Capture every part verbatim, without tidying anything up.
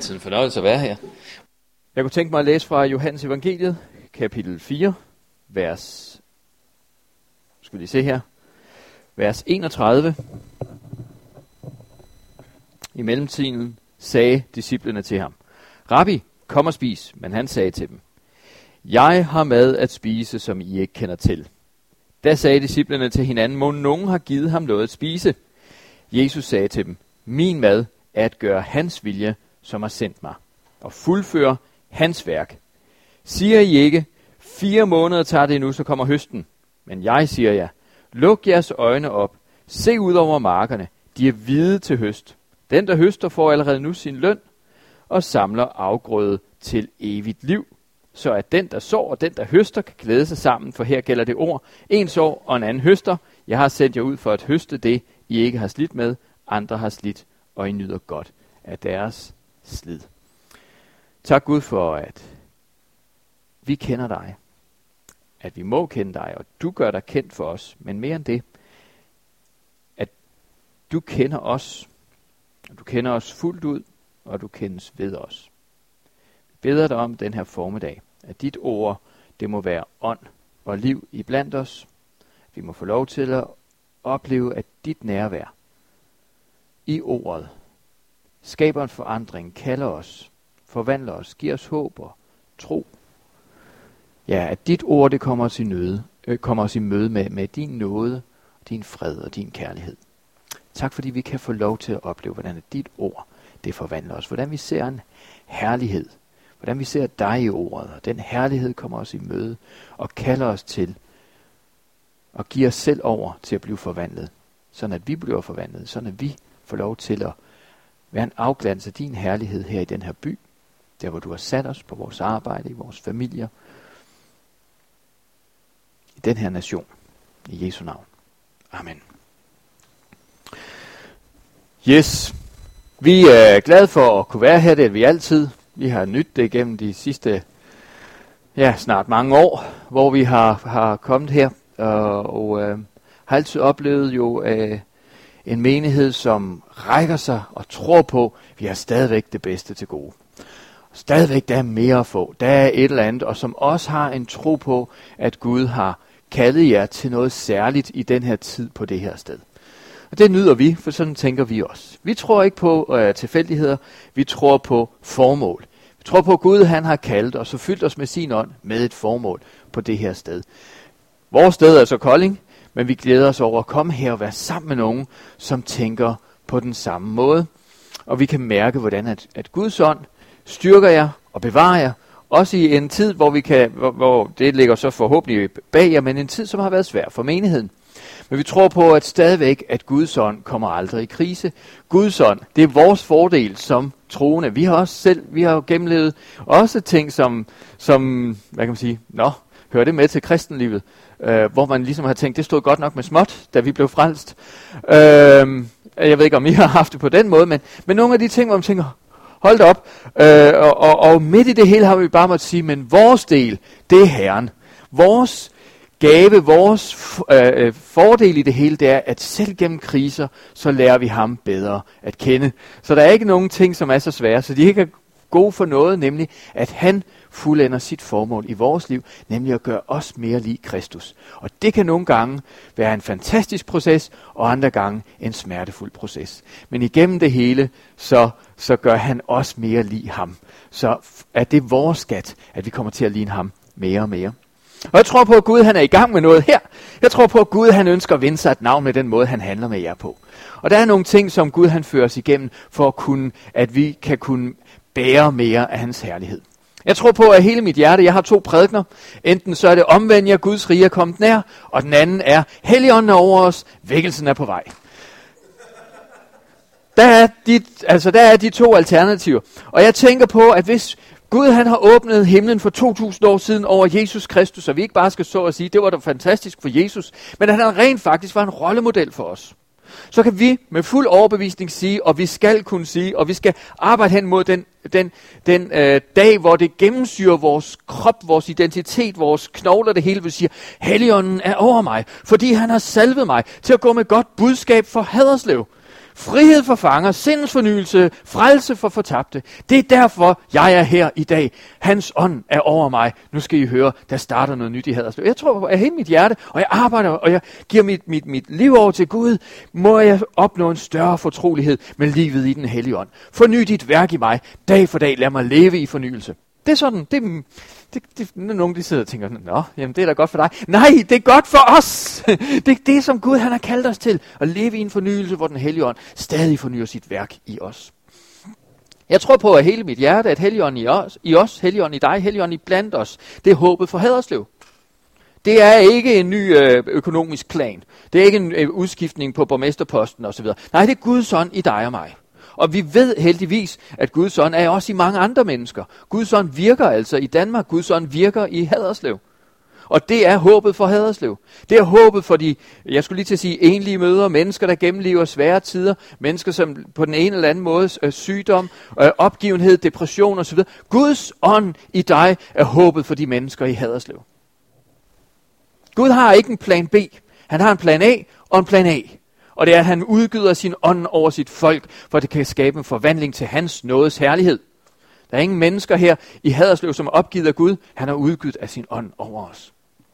altid en fornøjelse at være her. Jeg kunne tænke mig at læse fra Johannes Evangeliet, kapitel fire, vers, skal vi se her, vers enogtredive. I mellemtiden sagde disciplene til ham: Rabbi, kom og spis. Men han sagde til dem: Jeg har mad at spise, som I ikke kender til. Da sagde disciplene til hinanden: Må nogen har givet ham noget at spise? Jesus sagde til dem: Min mad er at gøre hans vilje, som har sendt mig, og fuldføre hans værk. Siger I ikke: Fire måneder tager det nu, så kommer høsten? Men jeg siger jer: Luk jeres øjne op, se ud over markerne, de er hvide til høst. Den, der høster, får allerede nu sin løn, og samler afgrøde til evigt liv, så at den, der sår, og den, der høster, kan glæde sig sammen, for her gælder det ord: en sår og en anden høster. Jeg har sendt jer ud for at høste det, I ikke har slidt med, andre har slidt, og I nyder godt af deres slid. Tak Gud for, at vi kender dig, at vi må kende dig, og du gør dig kendt for os, men mere end det, at du kender os, og du kender os fuldt ud, og du kendes ved os. Vi beder dig om den her formiddag, at dit ord, det må være ånd og liv iblandt os. Vi må få lov til at opleve, at dit nærvær i ordet skaber en forandring, kalder os, forvandler os, giver os håb og tro. Ja, at dit ord, det kommer os i nøde, øh, kommer os i møde med, med din nåde, din fred og din kærlighed. Tak fordi vi kan få lov til at opleve, hvordan dit ord, det forvandler os. Hvordan vi ser en herlighed. Hvordan vi ser dig i ordet. Og den herlighed kommer os i møde og kalder os til og giver os selv over til at blive forvandlet. Sådan at vi bliver forvandlet. Sådan at vi får lov til at være en afglans af din herlighed her i den her by. Der hvor du har sat os på vores arbejde, i vores familier. I den her nation. I Jesu navn. Amen. Yes. Vi er glade for at kunne være her, det er vi altid. Vi har nydt det igennem de sidste, ja, snart mange år, hvor vi har, har kommet her. Og, og øh, har altid oplevet jo øh, en menighed, som rækker sig og tror på, vi har stadigvæk det bedste til gode. Stadigvæk der er mere at få. Der er et eller andet, og som også har en tro på, at Gud har kaldet jer til noget særligt i den her tid på det her sted. Og det nyder vi, for sådan tænker vi også. Vi tror ikke på øh, tilfældigheder, vi tror på formål. Vi tror på, at Gud han har kaldt os og fyldt os med sin ånd med et formål på det her sted. Vores sted er så Kolding, men vi glæder os over at komme her og være sammen med nogen, som tænker på den samme måde. Og vi kan mærke, hvordan at, at Guds ånd styrker jer og bevarer jer, også i en tid, hvor, vi kan, hvor, hvor det ligger så forhåbentlig bag jer, men en tid, som har været svær for menigheden. Men vi tror på, at stadigvæk, at Guds ånd kommer aldrig i krise. Guds ånd, det er vores fordel som troende. Vi har også selv, vi har jo gennemlevet også ting, som, som hvad kan man sige, nå, hører det med til kristenlivet, øh, hvor man ligesom har tænkt, det stod godt nok med småt, da vi blev frelst. Øh, jeg ved ikke, om I har haft det på den måde, men, men nogle af de ting, hvor man tænker, hold da op, øh, og, og, og midt i det hele har vi bare måttet sige, men vores del, det er Herren. Vores gave, vores øh, fordel i det hele, det er, at selv gennem kriser, så lærer vi ham bedre at kende. Så der er ikke nogen ting, som er så svære, så de ikke er gode for noget, nemlig at han fuldender sit formål i vores liv, nemlig at gøre os mere lig Kristus. Og det kan nogle gange være en fantastisk proces, og andre gange en smertefuld proces. Men igennem det hele, så, så gør han os mere lig ham. Så er det vores skat, at vi kommer til at ligne ham mere og mere. Og jeg tror på, at Gud han er i gang med noget her. Jeg tror på, at Gud han ønsker at vinde sig et navn med den måde, han handler med jer på. Og der er nogle ting, som Gud han fører os igennem, for at, kunne, at vi kan kunne bære mere af hans herlighed. Jeg tror på, at hele mit hjerte, jeg har to prædikener. Enten så er det omvendt, at Guds rige er kommet nær, og den anden er, Helligånden er over os, vækkelsen er på vej. Der er, de, altså der er de to alternativer. Og jeg tænker på, at hvis Gud han har åbnet himlen for to tusind år siden over Jesus Kristus, så vi ikke bare skal så og sige, det var da fantastisk for Jesus, men at han rent faktisk var en rollemodel for os. Så kan vi med fuld overbevisning sige, og vi skal kunne sige, og vi skal arbejde hen mod den, den, den øh, dag, hvor det gennemsyrer vores krop, vores identitet, vores knogler, det hele vil sige, Helligånden er over mig, fordi han har salvet mig til at gå med godt budskab for Haderslev. frihed for fanger, sindens fornyelse, frelse for fortabte. Det er derfor, jeg er her i dag. Hans ånd er over mig. Nu skal I høre, der starter noget nyt i Haderslev. Jeg tror af hele mit hjerte, og jeg arbejder, og jeg giver mit, mit, mit liv over til Gud, må jeg opnå en større fortrolighed med livet i den hellige ånd. Forny dit værk i mig, dag for dag, lad mig leve i fornyelse. Det er sådan, det, det, det nogen de sidder og tænker, nå, jamen det er da godt for dig. Nej, det er godt for os. Det er det, som Gud han har kaldt os til, at leve i en fornyelse, hvor den hellige ånd stadig fornyer sit værk i os. Jeg tror på af hele mit hjerte, at Helligånden i os, i os, Helligånden i dig, Helligånden i blandt os, det er håbet for Haderslev. Det er ikke en ny øh, økonomisk plan. Det er ikke en øh, udskiftning på borgmesterposten osv. Nej, det er Guds ånd i dig og mig. Og vi ved heldigvis, at Guds ånd er også i mange andre mennesker. Guds ånd virker altså i Danmark. Guds ånd virker i Haderslev. Og det er håbet for Haderslev. Det er håbet for de, jeg skulle lige til at sige, enlige mødre, mennesker, der gennemlever svære tider, mennesker, som på den ene eller anden måde øh, sygdom, øh, opgivenhed, depression osv. Guds ånd i dig er håbet for de mennesker i Haderslev. Gud har ikke en plan B. Han har en plan A og en plan A. Og det er, at han udgyder sin ånd over sit folk, for at det kan skabe en forvandling til hans nådes herlighed. Der er ingen mennesker her i Haderslev, som er opgivet af Gud. Han har udgivet af sin ånd over os.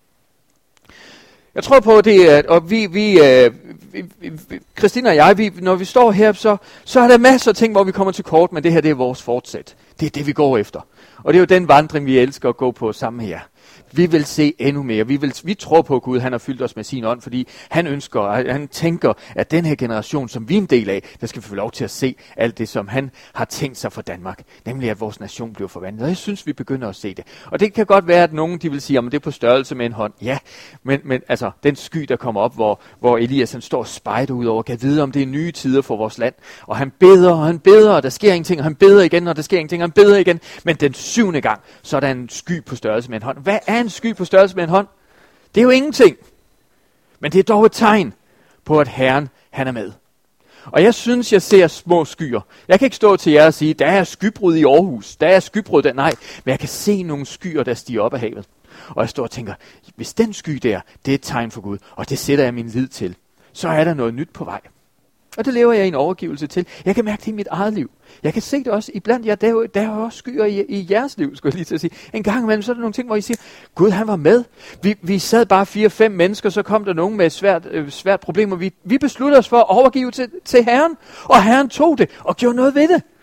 Jeg tror på det, og vi, vi, øh, vi, vi Christina og jeg, vi, når vi står her, så, så er der masser af ting, hvor vi kommer til kort, men det her det er vores fortsæt. Det er det, vi går efter. Og det er jo den vandring, vi elsker at gå på sammen her. Vi vil se endnu mere. Vi, vil, vi tror på, at Gud han har fyldt os med sin ånd, fordi han ønsker, han tænker, at den her generation, som vi er en del af, der skal vi få lov til at se alt det, som han har tænkt sig for Danmark. Nemlig, at vores nation bliver forvandlet. Og jeg synes, vi begynder at se det. Og det kan godt være, at nogen de vil sige, at det er på størrelse med en hånd. Ja, men, men altså, den sky, der kommer op, hvor, hvor Elias han står og spejder ud over, kan vide, om det er nye tider for vores land. Og han beder, og han beder, og der sker ingenting, og han beder igen, og der sker ingenting, og han beder igen. Men den syvende gang, så er der en sky på størrelse med en hånd. Hvad er en sky på størrelse med en hånd? Det er jo ingenting. Men det er dog et tegn på, at Herren, han er med. Og jeg synes, jeg ser små skyer. Jeg kan ikke stå til jer og sige, der er skybrud i Aarhus. Der er skybrud der. Nej, men jeg kan se nogle skyer, der stiger op af havet. Og jeg står og tænker, hvis den sky der, det er et tegn for Gud, og det sætter jeg min lid til, så er der noget nyt på vej. Og det lever jeg i en overgivelse til. Jeg kan mærke det i mit eget liv. Jeg kan se det også iblandt jer. Der er jo, der er jo også skyer i, i jeres liv, skulle jeg lige til at sige. En gang imellem, så er der nogle ting, hvor I siger, Gud han var med. Vi, vi sad bare fire-fem mennesker, så kom der nogen med et svært, øh, svært problem, og vi, vi besluttede os for at overgive til, til Herren. Og Herren tog det og gjorde noget ved det.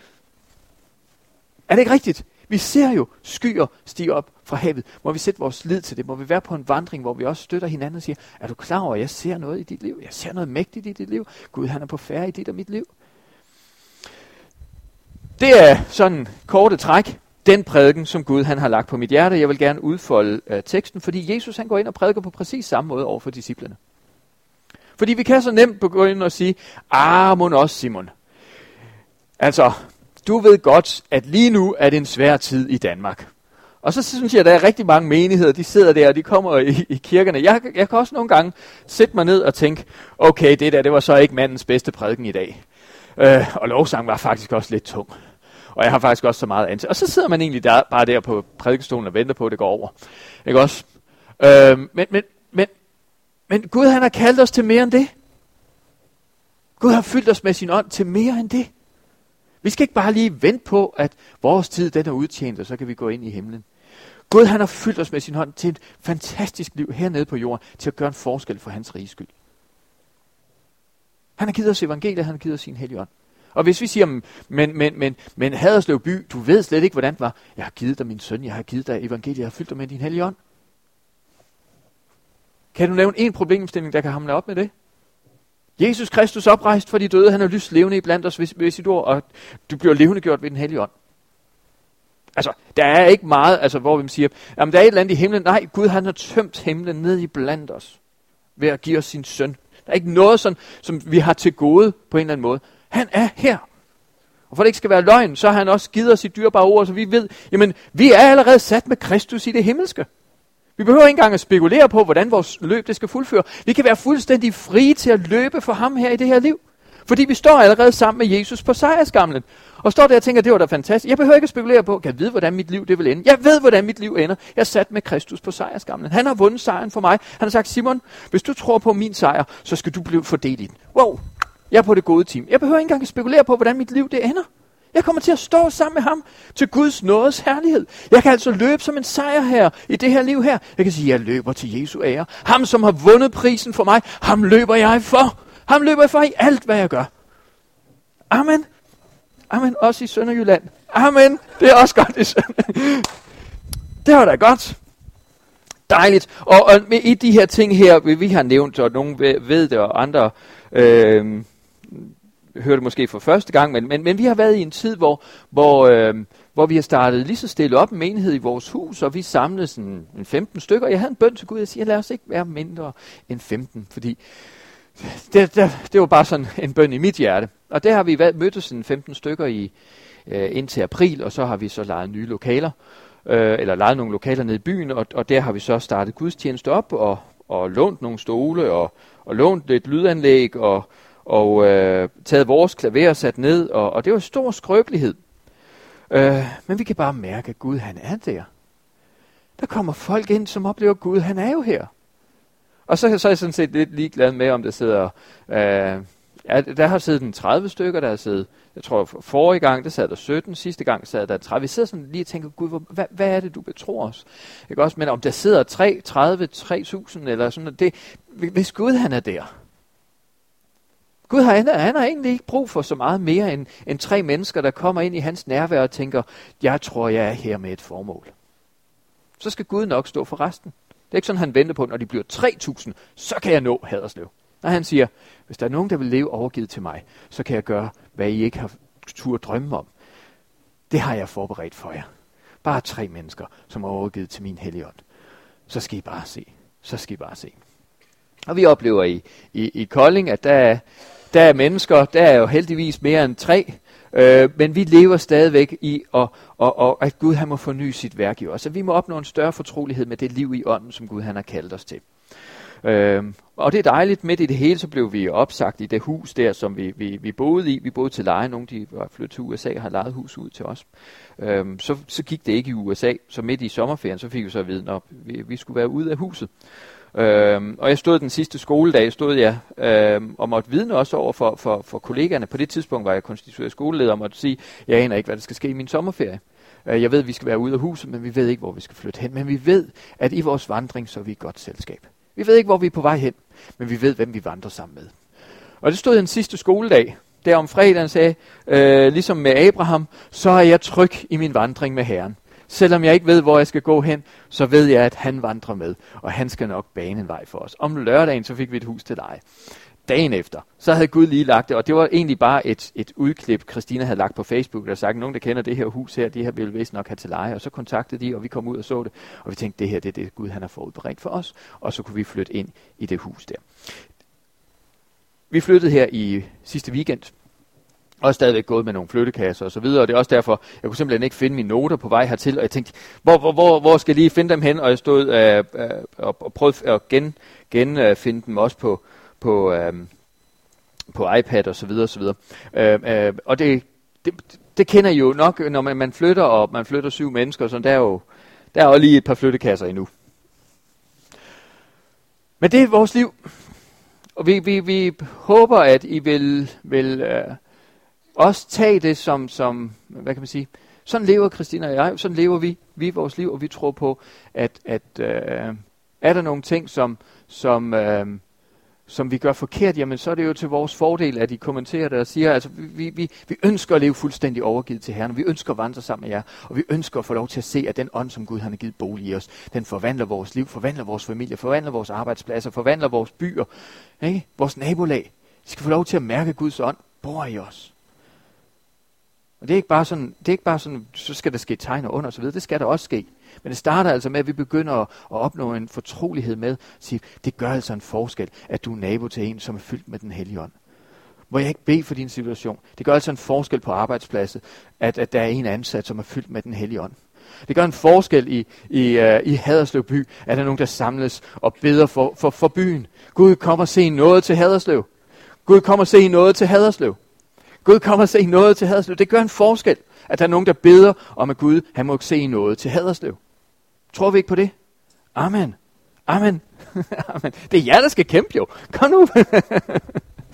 Er det ikke rigtigt? Vi ser jo skyer stige op fra havet. Må vi sætte vores lid til det? Må vi være på en vandring, hvor vi også støtter hinanden og siger, er du klar over, at jeg ser noget i dit liv? Jeg ser noget mægtigt i dit liv. Gud, han er på færre i dit og mit liv. Det er sådan korte træk, den prædiken, som Gud han har lagt på mit hjerte. Jeg vil gerne udfolde uh, teksten, fordi Jesus han går ind og prædiker på præcis samme måde over for disciplene. Fordi vi kan så nemt gå ind og sige, ah, mon også Simon. Altså, du ved godt, at lige nu er det en svær tid i Danmark. Og så synes jeg, at der er rigtig mange menigheder, de sidder der, og de kommer i, i kirkerne. Jeg, jeg kan også nogle gange sætte mig ned og tænke, okay, det der, det var så ikke mandens bedste prædiken i dag. Øh, og lovsang var faktisk også lidt tung. Og jeg har faktisk også så meget andet. Og så sidder man egentlig der, bare der på prædikestolen og venter på, at det går over. Ikke også? Øh, men, men, men, men Gud han har kaldt os til mere end det. Gud har fyldt os med sin ånd til mere end det. Vi skal ikke bare lige vente på, at vores tid den er udtjent, og så kan vi gå ind i himlen. Gud han har fyldt os med sin hånd til et fantastisk liv hernede på jorden, til at gøre en forskel for hans rige skyld. Han har givet os evangeliet, han har givet os sin hellige ånd. Og hvis vi siger, men, men, men, men Haderslev by, du ved slet ikke, hvordan det var. Jeg har givet dig min søn, jeg har givet dig evangeliet, jeg har fyldt dig med din hellige ånd. Kan du nævne en problemstilling, der kan hamle op med det? Jesus Kristus oprejst for de døde, han er lyst levende i blandt os ved, ved sit ord, og du bliver levende gjort ved den hellige ånd. Altså, der er ikke meget, altså, hvor vi siger, jamen der er et eller andet i himlen. Nej, Gud han har tømt himlen ned i blandt os, ved at give os sin søn. Der er ikke noget, sådan, som vi har til gode på en eller anden måde. Han er her. Og for det ikke skal være løgn, så har han også givet os sit dyrebare ord, så vi ved, jamen, vi er allerede sat med Kristus i det himmelske. Vi behøver ikke engang at spekulere på, hvordan vores løb det skal fuldføre. Vi kan være fuldstændig frie til at løbe for ham her i det her liv. Fordi vi står allerede sammen med Jesus på sejrskamlen. Og står der og tænker, det var da fantastisk. Jeg behøver ikke at spekulere på, kan jeg vide, hvordan mit liv det vil ende. Jeg ved, hvordan mit liv ender. Jeg er sat med Kristus på sejrskamlen. Han har vundet sejren for mig. Han har sagt, Simon, hvis du tror på min sejr, så skal du blive fordelt i den. Wow, Jeg er på det gode team. Jeg behøver ikke engang at spekulere på, hvordan mit liv det ender. Jeg kommer til at stå sammen med ham til Guds nådes herlighed. Jeg kan altså løbe som en sejrherre i det her liv her. Jeg kan sige, at jeg løber til Jesu ære. Ham, som har vundet prisen for mig, ham løber jeg for. Ham løber jeg for i alt, hvad jeg gør. Amen. Amen. Også i Sønderjylland. Amen. Det er også godt i Sønderjylland. Det var da godt. Dejligt. Og, og med i de her ting her, vi har nævnt, og nogen ved det, og andre øh, hører det måske for første gang, men, men, men vi har været i en tid, hvor, hvor, øh, hvor vi har startet lige så stille op en menighed i vores hus, og vi samlede sådan en femten stykker. Jeg havde en bøn til Gud, jeg siger, lad os ikke være mindre end femten, fordi det, det, det var bare sådan en bøn i mit hjerte. Og der har vi mødtes sådan femten stykker i øh, indtil april, og så har vi så lejet nye lokaler. Øh, eller lejet nogle lokaler nede i byen, og, og der har vi så startet gudstjeneste op, og, og lånt nogle stole, og, og lånt et lydanlæg, og, og øh, taget vores klaver og sat ned, og, og det var stor skrøbelighed. Øh, men vi kan bare mærke, at Gud han er der. Der kommer folk ind, som oplever, at Gud han er jo her. Og så, så er jeg sådan set lidt ligeglad med, om der sidder... Øh, ja, der har siddet en tredive stykker, der har siddet... Jeg tror, for forrige gang, der sad der sytten, sidste gang sad der tredive. Vi sidder sådan lige og tænker, Gud, hvor, hvad, hvad er det, du betror os? Ikke også? Men om der sidder tre, tredive, tre tusind, eller sådan noget, det, hvis Gud han er der. Gud han, han har egentlig ikke brug for så meget mere, end, end tre mennesker, der kommer ind i hans nærvær og tænker, jeg tror, jeg er her med et formål. Så skal Gud nok stå for resten. Det er ikke sådan, han venter på, når de bliver tre tusind, så kan jeg nå Haderslev. Når han siger, hvis der er nogen, der vil leve overgivet til mig, så kan jeg gøre, hvad I ikke har tur drømme om. Det har jeg forberedt for jer. Bare tre mennesker, som er overgivet til min Helligånd. Så skal I bare se. Så skal I bare se. Og vi oplever i, i, i Kolding, at der er, der er mennesker, der er jo heldigvis mere end tre, øh, men vi lever stadigvæk i, og, og, og, at Gud han må forny sit værk i os. Så vi må opnå en større fortrolighed med det liv i ånden, som Gud han har kaldt os til. Øhm, og det er dejligt, midt i det hele, så blev vi opsagt i det hus der, som vi, vi, vi boede i. Vi boede til leje, nogle de var flyttet til U S A og har lejet hus ud til os. Øhm, så, så gik det ikke i U S A, så midt i sommerferien, så fik vi så at vide, at vi, vi skulle være ude af huset. Øhm, og jeg stod den sidste skoledag, stod jeg øhm, og måtte vidne også over for, for, for kollegaerne. På det tidspunkt var jeg konstitueret skoleleder og måtte sige, jeg aner ikke, hvad der skal ske i min sommerferie. Øh, jeg ved, at vi skal være ude af huset, men vi ved ikke, hvor vi skal flytte hen. Men vi ved, at i vores vandring, så er vi et godt selskab. Vi ved ikke, hvor vi er på vej hen, men vi ved, hvem vi vandrer sammen med. Og det stod den sidste skoledag, der om fredagen sagde, øh, ligesom med Abraham, så er jeg tryg i min vandring med Herren. Selvom jeg ikke ved, hvor jeg skal gå hen, så ved jeg, at han vandrer med, og han skal nok bane en vej for os. Om lørdagen, så fik vi et hus til leje. Dagen efter, så havde Gud lige lagt det, og det var egentlig bare et, et udklip, Christina havde lagt på Facebook, der sagde, nogen der kender det her hus her, de her ville vist nok have til leje, og så kontaktede de, og vi kom ud og så det, og vi tænkte, det her det er det Gud han har forudberedt for os, og så kunne vi flytte ind i det hus der. Vi flyttede her i sidste weekend, og stadigvæk gået med nogle flyttekasser og så videre, og det er også derfor, jeg kunne simpelthen ikke finde mine noter på vej hertil, og jeg tænkte, hvor, hvor, hvor, hvor skal jeg lige finde dem hen, og jeg stod øh, øh, og, og prøvede at gen, genfinde øh, dem også på på øh, på iPad og så videre og så videre. Øh, øh, og det, det det kender I jo nok, når man, man flytter og man flytter syv mennesker, så der er jo der er jo lige et par flyttekasser endnu. Men det er vores liv. Og vi vi vi håber at I vil vil øh, også tage det som som hvad kan man sige? Sådan lever Christina og jeg, sådan lever vi, vi vores liv, og vi tror på at at øh, er der nogle ting som som øh, som vi gør forkert, jamen så er det jo til vores fordel, at I kommenterer det og siger, altså vi, vi, vi ønsker at leve fuldstændig overgivet til Herren, vi ønsker at vandre sammen med jer, og vi ønsker at få lov til at se, at den ånd, som Gud han har givet bolig i os, den forvandler vores liv, forvandler vores familie, forvandler vores arbejdspladser, forvandler vores byer, ikke? Vores nabolag. Vi skal få lov til at mærke, at Guds ånd bor i os. Og det er ikke bare sådan, det er ikke bare sådan, så skal der ske tegn og under og så videre, det skal der også ske. Men det starter altså med, at vi begynder at, at opnå en fortrolighed med at sige, det gør altså en forskel, at du er nabo til en, som er fyldt med den hellige ånd. Må jeg ikke bede for din situation? Det gør altså en forskel på arbejdspladsen, at, at der er en ansat, som er fyldt med den hellige ånd. Det gør en forskel i, i, uh, i Haderslev by, at der er nogen, der samles og beder for, for, for byen. Gud, kom og se noget til Haderslev. Gud, kom og se noget til Haderslev. Gud, kom og se noget til Haderslev. Det gør en forskel, at der er nogen, der beder om, at Gud, han må se noget til Haderslev. Tror vi ikke på det? Amen. Amen. Amen. Det er jer, der skal kæmpe jo. Kom nu.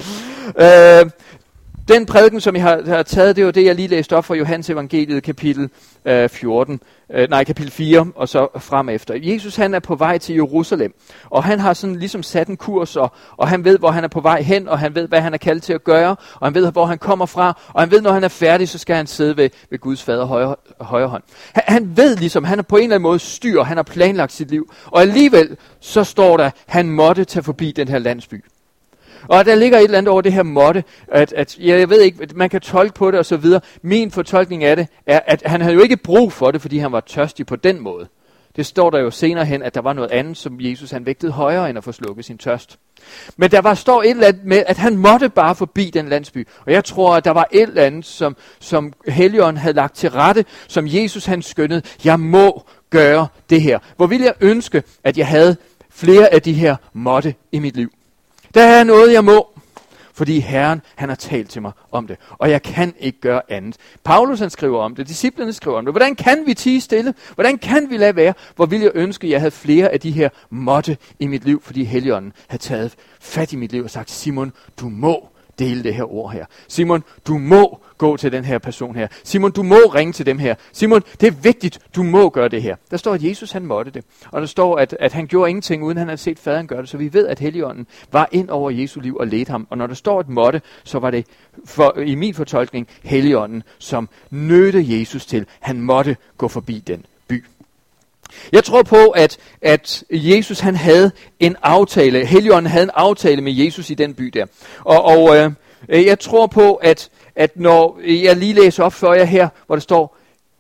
Øh, den prædiken, som jeg har, har taget, det var det, jeg lige læste op fra Johannes evangeliet, kapitel øh, fjorten, øh, nej, kapitel fire, og så frem efter. Jesus, han er på vej til Jerusalem, og han har sådan ligesom sat en kurs, og, og han ved, hvor han er på vej hen, og han ved, hvad han er kaldt til at gøre, og han ved, hvor han kommer fra, og han ved, når han er færdig, så skal han sidde ved, ved Guds fader højre, højre hånd. Han, han ved ligesom, han er på en eller anden måde styr, han har planlagt sit liv, og alligevel, så står der, han måtte tage forbi den her landsby. Og der ligger et eller andet over det her måtte, at, at jeg ved ikke, man kan tolke på det og så videre. Min fortolkning af det er, at han havde jo ikke brug for det, fordi han var tørstig på den måde. Det står der jo senere hen, at der var noget andet, som Jesus han vægtede højere end at få slukket sin tørst. Men der var står et eller andet med, at han måtte bare forbi den landsby. Og jeg tror, at der var et eller andet, som, som Helligånden havde lagt til rette, som Jesus han skønnede, jeg må gøre det her. Hvor ville jeg ønske, at jeg havde flere af de her måtte i mit liv. Der er noget, jeg må, fordi Herren, han har talt til mig om det, og jeg kan ikke gøre andet. Paulus, han skriver om det, disciplene skriver om det. Hvordan kan vi tie stille? Hvordan kan vi lade være? Hvor ville jeg ønske, at jeg havde flere af de her måtte i mit liv, fordi Helligånden havde taget fat i mit liv og sagt, Simon, du må dele det her ord her. Simon, du må gå til den her person her. Simon, du må ringe til dem her. Simon, det er vigtigt, du må gøre det her. Der står, at Jesus han måtte det. Og der står, at, at han gjorde ingenting, uden han havde set faderen gøre det. Så vi ved, at Helligånden var ind over Jesu liv og ledte ham. Og når der står et måtte, så var det for, i min fortolkning Helligånden, som nødte Jesus til. Han måtte gå forbi den by. Jeg tror på, at, at Jesus han havde en aftale. Helligånden havde en aftale med Jesus i den by der. Og, og øh, jeg tror på, at, at når jeg lige læser op for jer her, hvor der står,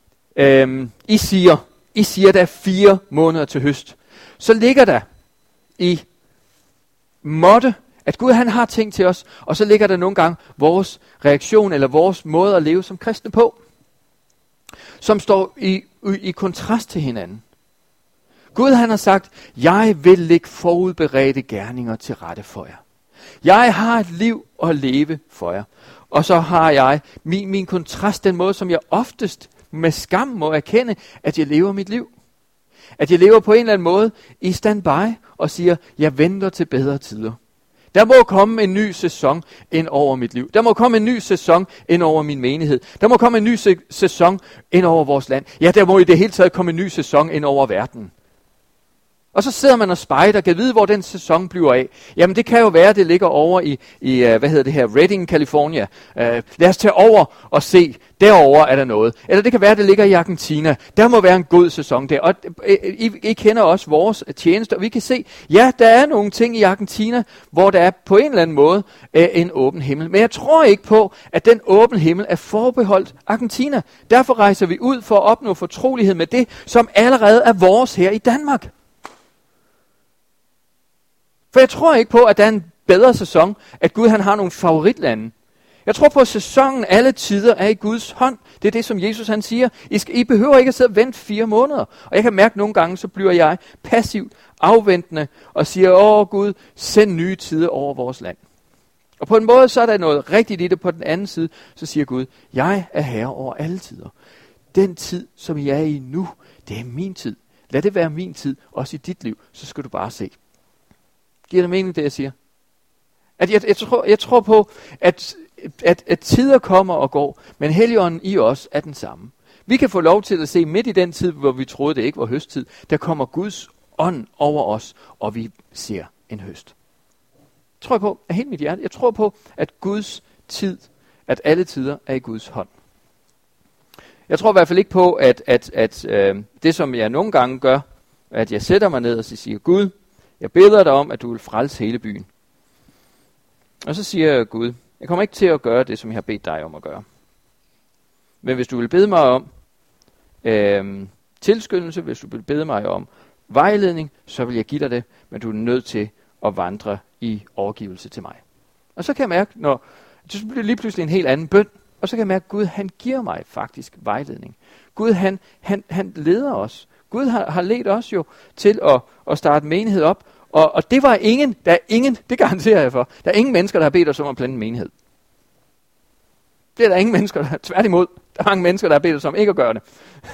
øh, I siger, I siger, der er fire måneder til høst. Så ligger der i måtte, at Gud han har ting til os, og så ligger der nogle gange vores reaktion eller vores måde at leve som kristne på, som står i, i kontrast til hinanden. Gud han har sagt, jeg vil lægge forudberedte gerninger til rette for jer. Jeg har et liv at leve for jer. Og så har jeg min, min kontrast, den måde, som jeg oftest med skam må erkende, at jeg lever mit liv. At jeg lever på en eller anden måde i standby og siger, jeg venter til bedre tider. Der må komme en ny sæson ind over mit liv. Der må komme en ny sæson ind over min menighed. Der må komme en ny sæ- sæson ind over vores land. Ja, der må i det hele taget komme en ny sæson ind over verden. Og så sidder man og spejder og kan vide, hvor den sæson bliver af. Jamen det kan jo være, at det ligger over i, i uh, hvad hedder det her, Redding, California. Uh, lad os tage over og se, derover er der noget. Eller det kan være, at det ligger i Argentina. Der må være en god sæson der. Og uh, I, I kender også vores tjenester, og vi kan se, ja, der er nogle ting i Argentina, hvor der er på en eller anden måde uh, en åben himmel. Men jeg tror ikke på, at den åben himmel er forbeholdt Argentina. Derfor rejser vi ud for at opnå fortrolighed med det, som allerede er vores her i Danmark. For jeg tror ikke på, at der er en bedre sæson, at Gud han har nogle favoritlande. Jeg tror på, at sæsonen alle tider er i Guds hånd. Det er det, som Jesus han siger. I, skal, I behøver ikke at sidde og vente fire måneder. Og jeg kan mærke, at nogle gange, så bliver jeg passivt afventende og siger, åh Gud, send nye tider over vores land. Og på en måde, så er der noget rigtigt i det. På den anden side, så siger Gud, jeg er herre over alle tider. Den tid, som I er i nu, det er min tid. Lad det være min tid, også i dit liv, så skal du bare se. Giver det mening, det jeg siger? At jeg, jeg, tror, jeg tror på, at, at, at tider kommer og går, men Helligånden i os er den samme. Vi kan få lov til at se midt i den tid, hvor vi troede, det ikke var høsttid, der kommer Guds ånd over os, og vi ser en høst. Jeg tror på, af hele mit hjerte, jeg tror på, at Guds tid, at alle tider er i Guds hånd. Jeg tror i hvert fald ikke på, at, at, at øh, det, som jeg nogle gange gør, at jeg sætter mig ned og siger, Gud, jeg beder dig om, at du vil frelse hele byen. Og så siger jeg, Gud, jeg kommer ikke til at gøre det, som jeg har bedt dig om at gøre. Men hvis du vil bede mig om øh, tilskyndelse, hvis du vil bede mig om vejledning, så vil jeg give dig det, men du er nødt til at vandre i overgivelse til mig. Og så kan jeg mærke, når det bliver lige pludselig en helt anden bøn, og så kan jeg mærke, at Gud han giver mig faktisk vejledning. Gud han, han, han leder os. Gud har, har ledt os jo til at, at starte menighed op, og, og det var ingen, der er ingen, det garanterer jeg for, der er ingen mennesker, der har bedt os om at plante en menighed. Det er der ingen mennesker, der tværtimod, der er mange mennesker, der har bedt os om ikke at gøre det.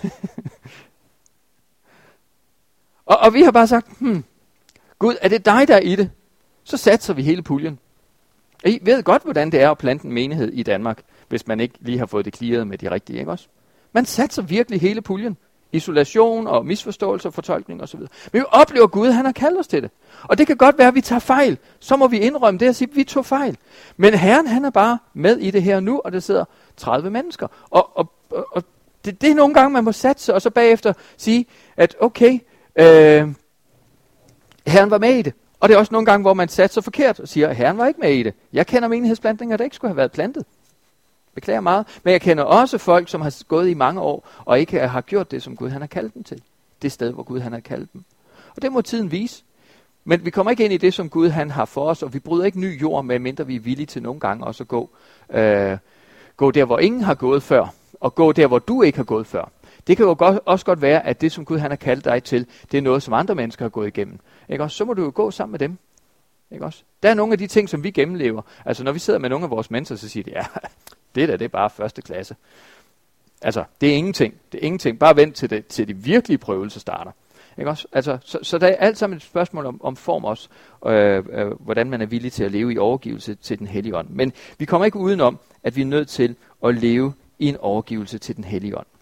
og, og vi har bare sagt, hmm, Gud, er det dig, der er i det? Så satser vi hele puljen. I ved godt, hvordan det er at plante en menighed i Danmark, hvis man ikke lige har fået det clearet med de rigtige, ikke også? Man satser virkelig hele puljen. Isolation og misforståelse og fortolkning osv. Men vi oplever Gud, han har kaldt os til det. Og det kan godt være, at vi tager fejl. Så må vi indrømme det og sige, at vi tog fejl. Men Herren, han er bare med i det her nu, og der sidder tredive mennesker. Og, og, og, og det, det er nogle gange, man må satse, og så bagefter sige, at okay, øh, Herren var med i det. Og det er også nogle gange, hvor man satser forkert og siger, at Herren var ikke med i det. Jeg kender menighedsplantninger, der ikke skulle have været plantet. Beklager meget. Men jeg kender også folk, som har gået i mange år, og ikke har gjort det, som Gud han har kaldt dem til. Det sted, hvor Gud han har kaldt dem. Og det må tiden vise. Men vi kommer ikke ind i det, som Gud han har for os, og vi bryder ikke ny jord, medmindre vi er villige til nogle gange også at gå, øh, gå der, hvor ingen har gået før, og gå der, hvor du ikke har gået før. Det kan jo godt, også godt være, at det, som Gud han har kaldt dig til, det er noget, som andre mennesker har gået igennem. Ikke også? Så må du jo gå sammen med dem. Ikke også? Der er nogle af de ting, som vi gennemlever. Altså når vi sidder med nogle af vores mennesker, så siger de, ja, det der, det er bare første klasse. Altså, det er ingenting. Det er ingenting. Bare vent til, det, til de virkelige prøvelser starter. Ikke også? Altså, så, så der er alt sammen et spørgsmål om, om form også, øh, øh, hvordan man er villig til at leve i overgivelse til den hellige ånd. Men vi kommer ikke udenom, at vi er nødt til at leve i en overgivelse til den hellige ånd.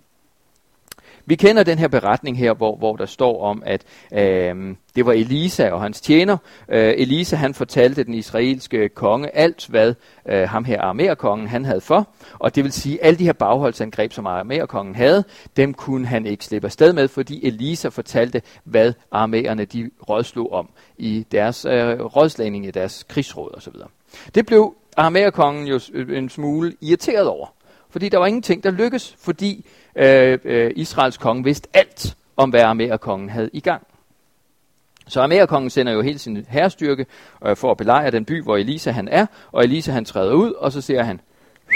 Vi kender den her beretning her, hvor, hvor der står om, at øh, det var Elisa og hans tjener. Øh, Elisa han fortalte den israelske konge alt, hvad øh, ham her arameerkongen han havde for. Og det vil sige, at alle de her bagholdsangreb, som arameerkongen havde, dem kunne han ikke slippe afsted med, fordi Elisa fortalte, hvad arameerne de rådslog om i deres øh, rådslagning, i deres krigsråd osv. Det blev arameerkongen jo en smule irriteret over. Fordi der var ingenting, der lykkes, fordi øh, øh, Israels konge vidste alt om, hvad arameerkongen havde i gang. Så arameerkongen sender jo hele sin hærstyrke øh, for at belejre den by, hvor Elisa han er, og Elisa han træder ud, og så ser han,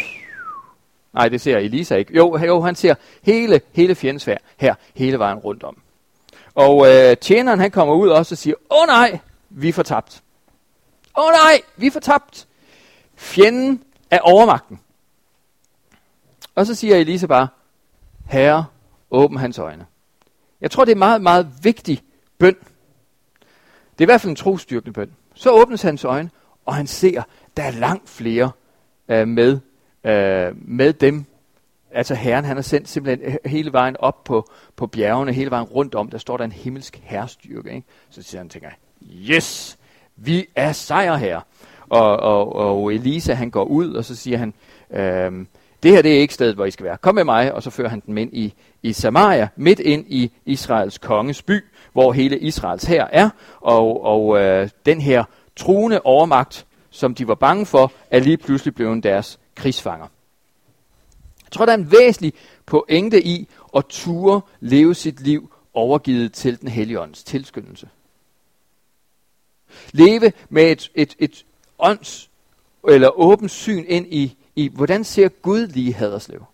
nej det ser Elisa ikke, jo, jo han ser hele, hele fjendens her, hele vejen rundt om. Og øh, tjeneren han kommer ud også og siger, åh nej, vi er fortabt. Åh nej, vi er fortabt. Fjenden er overmagten. Og så siger Elisa bare, Herre, åbn hans øjne. Jeg tror, det er en meget, meget vigtig bøn. Det er i hvert fald en trosstyrkende bøn. Så åbnes hans øjne, og han ser, der er langt flere øh, med, øh, med dem. Altså Herren, han har sendt simpelthen hele vejen op på, på bjergene, hele vejen rundt om. Der står der en himmelsk hærstyrke. Ikke? Så siger han, tænker, yes, vi er sejrherre. Og, og, og Elisa, han går ud, og så siger han, øh, det her det er ikke stedet, hvor I skal være. Kom med mig, og så fører han dem ind i, i Samaria, midt ind i Israels konges by, hvor hele Israels hær er, og, og øh, den her truende overmagt, som de var bange for, er lige pludselig blevet deres krigsfanger. Jeg tror, der er en væsentlig pointe i at ture leve sit liv overgivet til den hellige ånds tilskyndelse. Leve med et, et, et ånds eller åbent syn ind i I, hvordan ser Gud lige Haderslev?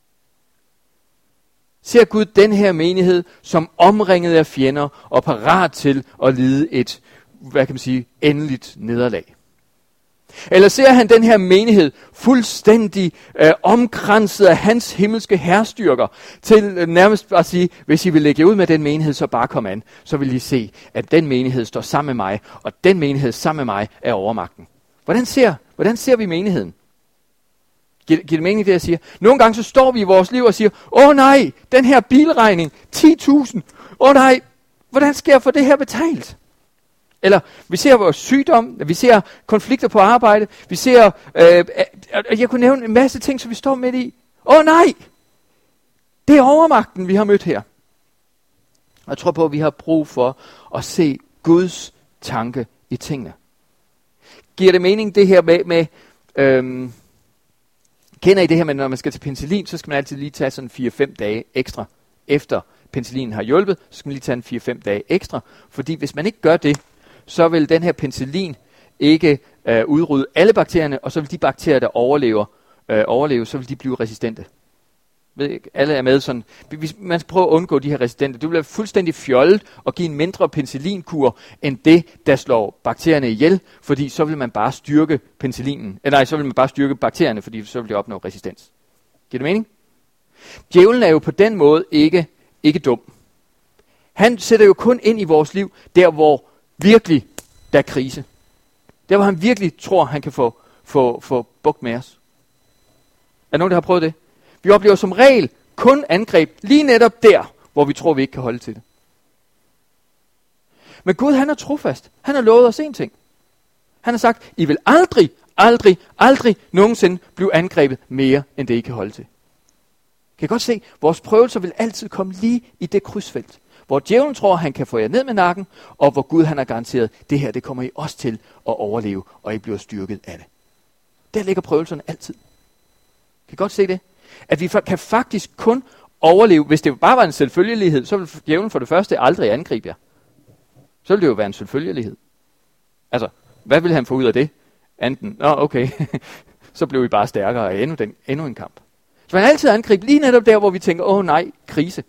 Ser Gud den her menighed som omringet af fjender og parat til at lide et, hvad kan man sige, endeligt nederlag? Eller ser han den her menighed fuldstændig øh, omkranset af hans himmelske hærstyrker til øh, nærmest bare at sige, hvis I vil lægge ud med den menighed, så bare kom an. Så vil I se, at den menighed står sammen med mig, og den menighed sammen med mig er overmagten. Hvordan ser, hvordan ser vi menigheden? Giver det mening, det jeg siger? Nogle gange så står vi i vores liv og siger, åh nej, den her bilregning, ti tusind, åh nej, hvordan skal jeg få det her betalt? Eller vi ser vores sygdom, vi ser konflikter på arbejde, vi ser, øh, øh, jeg kunne nævne en masse ting, som vi står midt i. Åh nej, det er overmagten, vi har mødt her. Og jeg tror på, at vi har brug for at se Guds tanke i tingene. Giver det mening, det her med, med øhm, kender I det her med, når man skal til penicillin, så skal man altid lige tage sådan fire fem dage ekstra. Efter penicillinen har hjulpet, så skal man lige tage en fire fem dage ekstra. Fordi hvis man ikke gør det, så vil den her penicillin ikke øh, udrydde alle bakterierne, og så vil de bakterier, der overlever, øh, overleve, så vil de blive resistente. Ved ikke, alle er med sådan, hvis man skal prøve at undgå de her resistente. Det bliver fuldstændig fjollet at give en mindre penicillinkur, end det, der slår bakterierne ihjel, fordi så vil man bare styrke penicillinen. Eller nej, så vil man bare styrke bakterierne, fordi så vil de opnå resistens. Giver det mening? Djævlen er jo på den måde ikke, ikke dum. Han sætter jo kun ind i vores liv, der hvor virkelig der er krise. Der hvor han virkelig tror, han kan få, få, få bugt med os. Er der nogen, der har prøvet det? Vi oplever som regel kun angreb lige netop der, hvor vi tror, vi ikke kan holde til det. Men Gud, han er trofast. Han har lovet os en ting. Han har sagt, I vil aldrig, aldrig, aldrig nogensinde blive angrebet mere, end det I kan holde til. Kan I godt se, vores prøvelser vil altid komme lige i det krydsfelt, hvor djævlen tror, han kan få jer ned med nakken, og hvor Gud han har garanteret, det her det kommer I også til at overleve, og I bliver styrket af det. Der ligger prøvelserne altid. Kan I godt se det? At vi kan faktisk kun overleve, hvis det bare var en selvfølgelighed, så vil djævlen for det første aldrig angribe jer. Så vil det jo være en selvfølgelighed. Altså, hvad vil han få ud af det? Enten, nå okay, så blev vi bare stærkere af endnu, den, endnu en kamp. Så man altid angribe lige netop der, hvor vi tænker, åh nej, krise.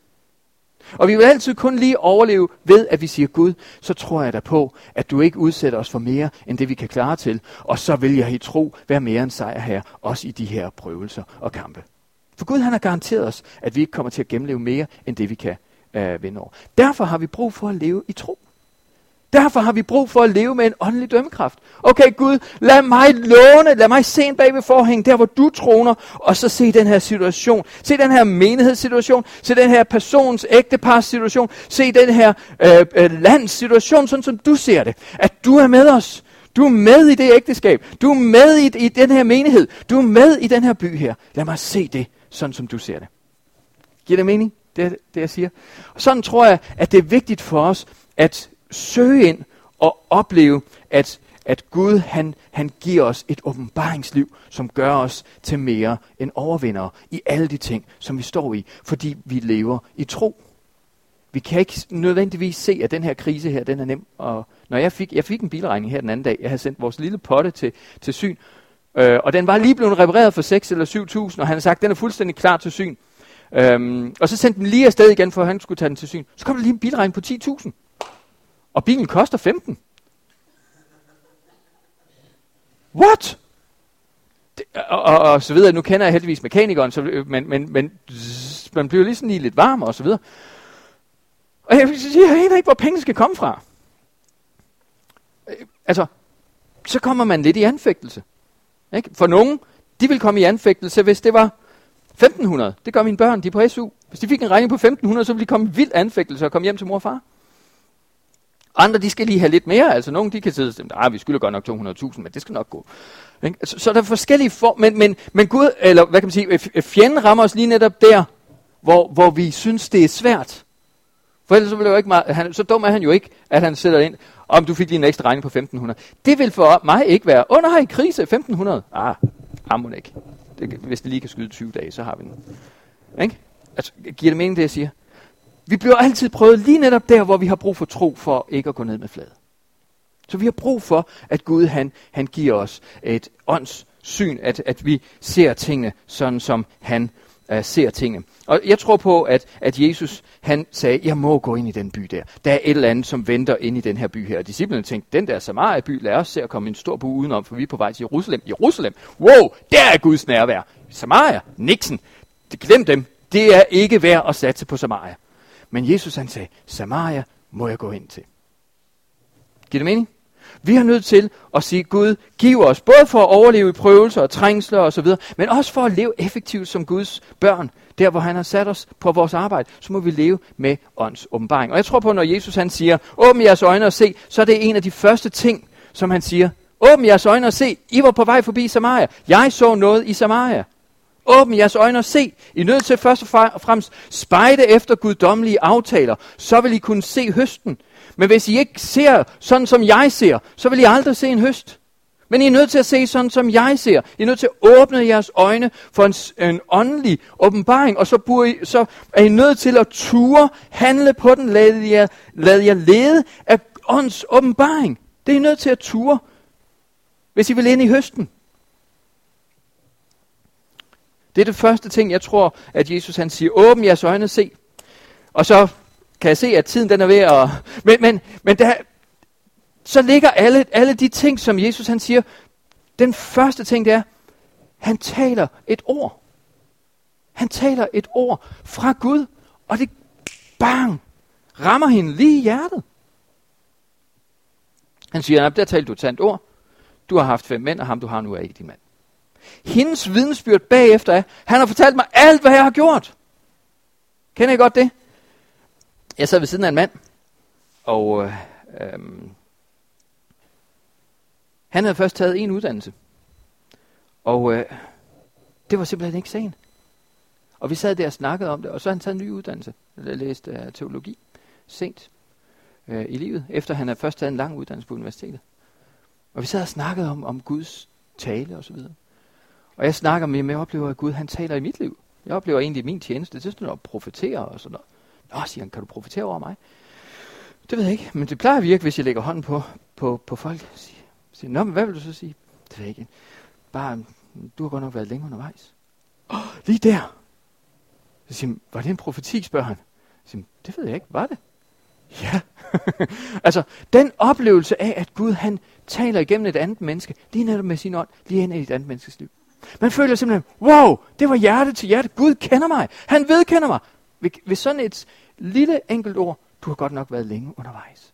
Og vi vil altid kun lige overleve ved, at vi siger, Gud, så tror jeg da på, at du ikke udsætter os for mere, end det vi kan klare til. Og så vil jeg i tro være mere end sejr her, også i de her prøvelser og kampe. For Gud han har garanteret os, at vi ikke kommer til at gennemleve mere, end det vi kan øh, vinde over. Derfor har vi brug for at leve i tro. Derfor har vi brug for at leve med en åndelig dømmekraft. Okay Gud, lad mig låne, lad mig se en bag ved forhængen, der hvor du troner, og så se den her situation. Se den her menighedssituation, se den her persons ægtepars situation, se den her øh, øh, lands situation, sådan som du ser det. At du er med os. Du er med i det ægteskab. Du er med i, i den her menighed. Du er med i den her by her. Lad mig se det, sådan som du ser det. Giver det mening, det, det jeg siger? Og sådan tror jeg, at det er vigtigt for os, at søge ind og opleve, at, at Gud han, han giver os et åbenbaringsliv, som gør os til mere end overvindere i alle de ting, som vi står i, fordi vi lever i tro. Vi kan ikke nødvendigvis se, at den her krise her, den er nem. Og når jeg fik, jeg fik en bilregning her den anden dag, jeg havde sendt vores lille potte til, til syn, øh, og den var lige blevet repareret for seks eller syv tusind, og han har sagt, den er fuldstændig klar til syn. Øhm, og så sendte den lige afsted igen, for at han skulle tage den til syn. Så kom der lige en bilregning på ti tusind. Og bilen koster femten. What? Det, og, og, og så videre. Nu kender jeg heldigvis mekanikeren, så, men, men, men zzz, man bliver lige sådan lige lidt varm og så videre. Og jeg, jeg aner ikke, hvor pengene skal komme fra. Altså, så kommer man lidt i anfægtelse. Ikke? For nogen, de vil komme i anfægtelse, hvis det var femten hundrede. Det gør mine børn, de er på S U. Hvis de fik en regning på femten hundrede, så ville de komme i vild anfægtelse og komme hjem til mor og far. Andre, de skal lige have lidt mere. Altså, nogle, de kan sidde og sige, ah, vi skylder godt nok to hundrede tusind, men det skal nok gå. Så, så der er forskellige form, men, men, men Gud, eller hvad kan man sige, fjenden rammer os lige netop der, hvor, hvor vi synes, det er svært. For ellers så, vil det jo ikke meget, han, så dum er han jo ikke, at han sætter ind, om du fik lige en ekstra regning på femten hundrede. Det vil for mig ikke være, under har I krise, femten hundrede. Ah, hammer ikke. Det, hvis det lige kan skyde tyve dage, så har vi den. Ikke? Altså, giver det mening, det jeg siger? Vi bliver altid prøvet lige netop der, hvor vi har brug for tro for ikke at gå ned med fladet. Så vi har brug for, at Gud han, han giver os et åndssyn, at, at vi ser tingene sådan, som han uh, ser tingene. Og jeg tror på, at, at Jesus han sagde, jeg må gå ind i den by der. Der er et eller andet, som venter ind i den her by her. Og disciplene tænkte, den der Samaria-by, lad os se at komme en stor by udenom, for vi er på vej til Jerusalem. Jerusalem, wow, der er Guds nærvær. Samaria, Nixon, glem dem. Det er ikke værd at satse på Samaria. Men Jesus han sagde, Samaria må jeg gå ind til. Giver det mening? Vi er nødt til at sige, Gud, giv os både for at overleve i prøvelser og trængsler osv., men også for at leve effektivt som Guds børn. Der hvor han har sat os på vores arbejde, så må vi leve med ånds åbenbaring. Og jeg tror på, når Jesus han siger, åbn jeres øjne og se, så er det en af de første ting, som han siger. Åbn jeres øjne og se, I var på vej forbi Samaria. Jeg så noget i Samaria. Åbn jeres øjne og se. I er nødt til først og fremmest spejde efter guddommelige aftaler. Så vil I kunne se høsten. Men hvis I ikke ser sådan, som jeg ser, så vil I aldrig se en høst. Men I er nødt til at se sådan, som jeg ser. I er nødt til at åbne jeres øjne for en, en åndelig åbenbaring. Og så, I, så er I nødt til at ture, handle på den. Lad jer, lad jer lede af ånds åbenbaring. Det er I nødt til at ture, hvis I vil ind i høsten. Det er det første ting, jeg tror, at Jesus han siger. Åbn jeres øjne og se. Og så kan jeg se, at tiden den er ved at... Men, men, men der, så ligger alle, alle de ting, som Jesus han siger. Den første ting, det er, han taler et ord. Han taler et ord fra Gud, og det bang, rammer hende lige i hjertet. Han siger, der talte du et sandt ord. du har haft fem mænd, og ham du har nu er ikke din mand. Hendes vidnesbyrd bagefter er, han har fortalt mig alt, hvad jeg har gjort. Kender I godt det? Jeg sad ved siden af en mand, og øh, øh, han havde først taget en uddannelse. Og øh, det var simpelthen ikke sagen. Og vi sad der og snakkede om det, og så har han taget en ny uddannelse. Jeg læste uh, teologi sent uh, i livet, efter han havde først taget en lang uddannelse på universitetet. Og vi sad og snakkede om, om Guds tale og så videre. Og jeg snakker med, med jeg oplever, at Gud han taler i mit liv. Jeg oplever egentlig min tjeneste, det er sådan noget profetere og sådan noget. Nå, siger han, kan du profetere over mig? Det ved jeg ikke, men det plejer at virke, hvis jeg lægger hånden på, på, på folk. Siger, siger, nå, men hvad vil du så sige? Det ved jeg ikke. Bare, du har godt nok været længe undervejs. Åh, oh, lige der! Så siger han, var det en profeti, spørger han. Så siger, det ved jeg ikke, var det? Ja. Altså, den oplevelse af, at Gud han taler igennem et andet menneske, lige netop med sin ånd, lige ind i et andet menneskes liv. Man føler simpelthen, wow, det var hjerte til hjerte. Gud kender mig. Han vedkender mig. Ved, ved sådan et lille enkelt ord, du har godt nok været længe undervejs.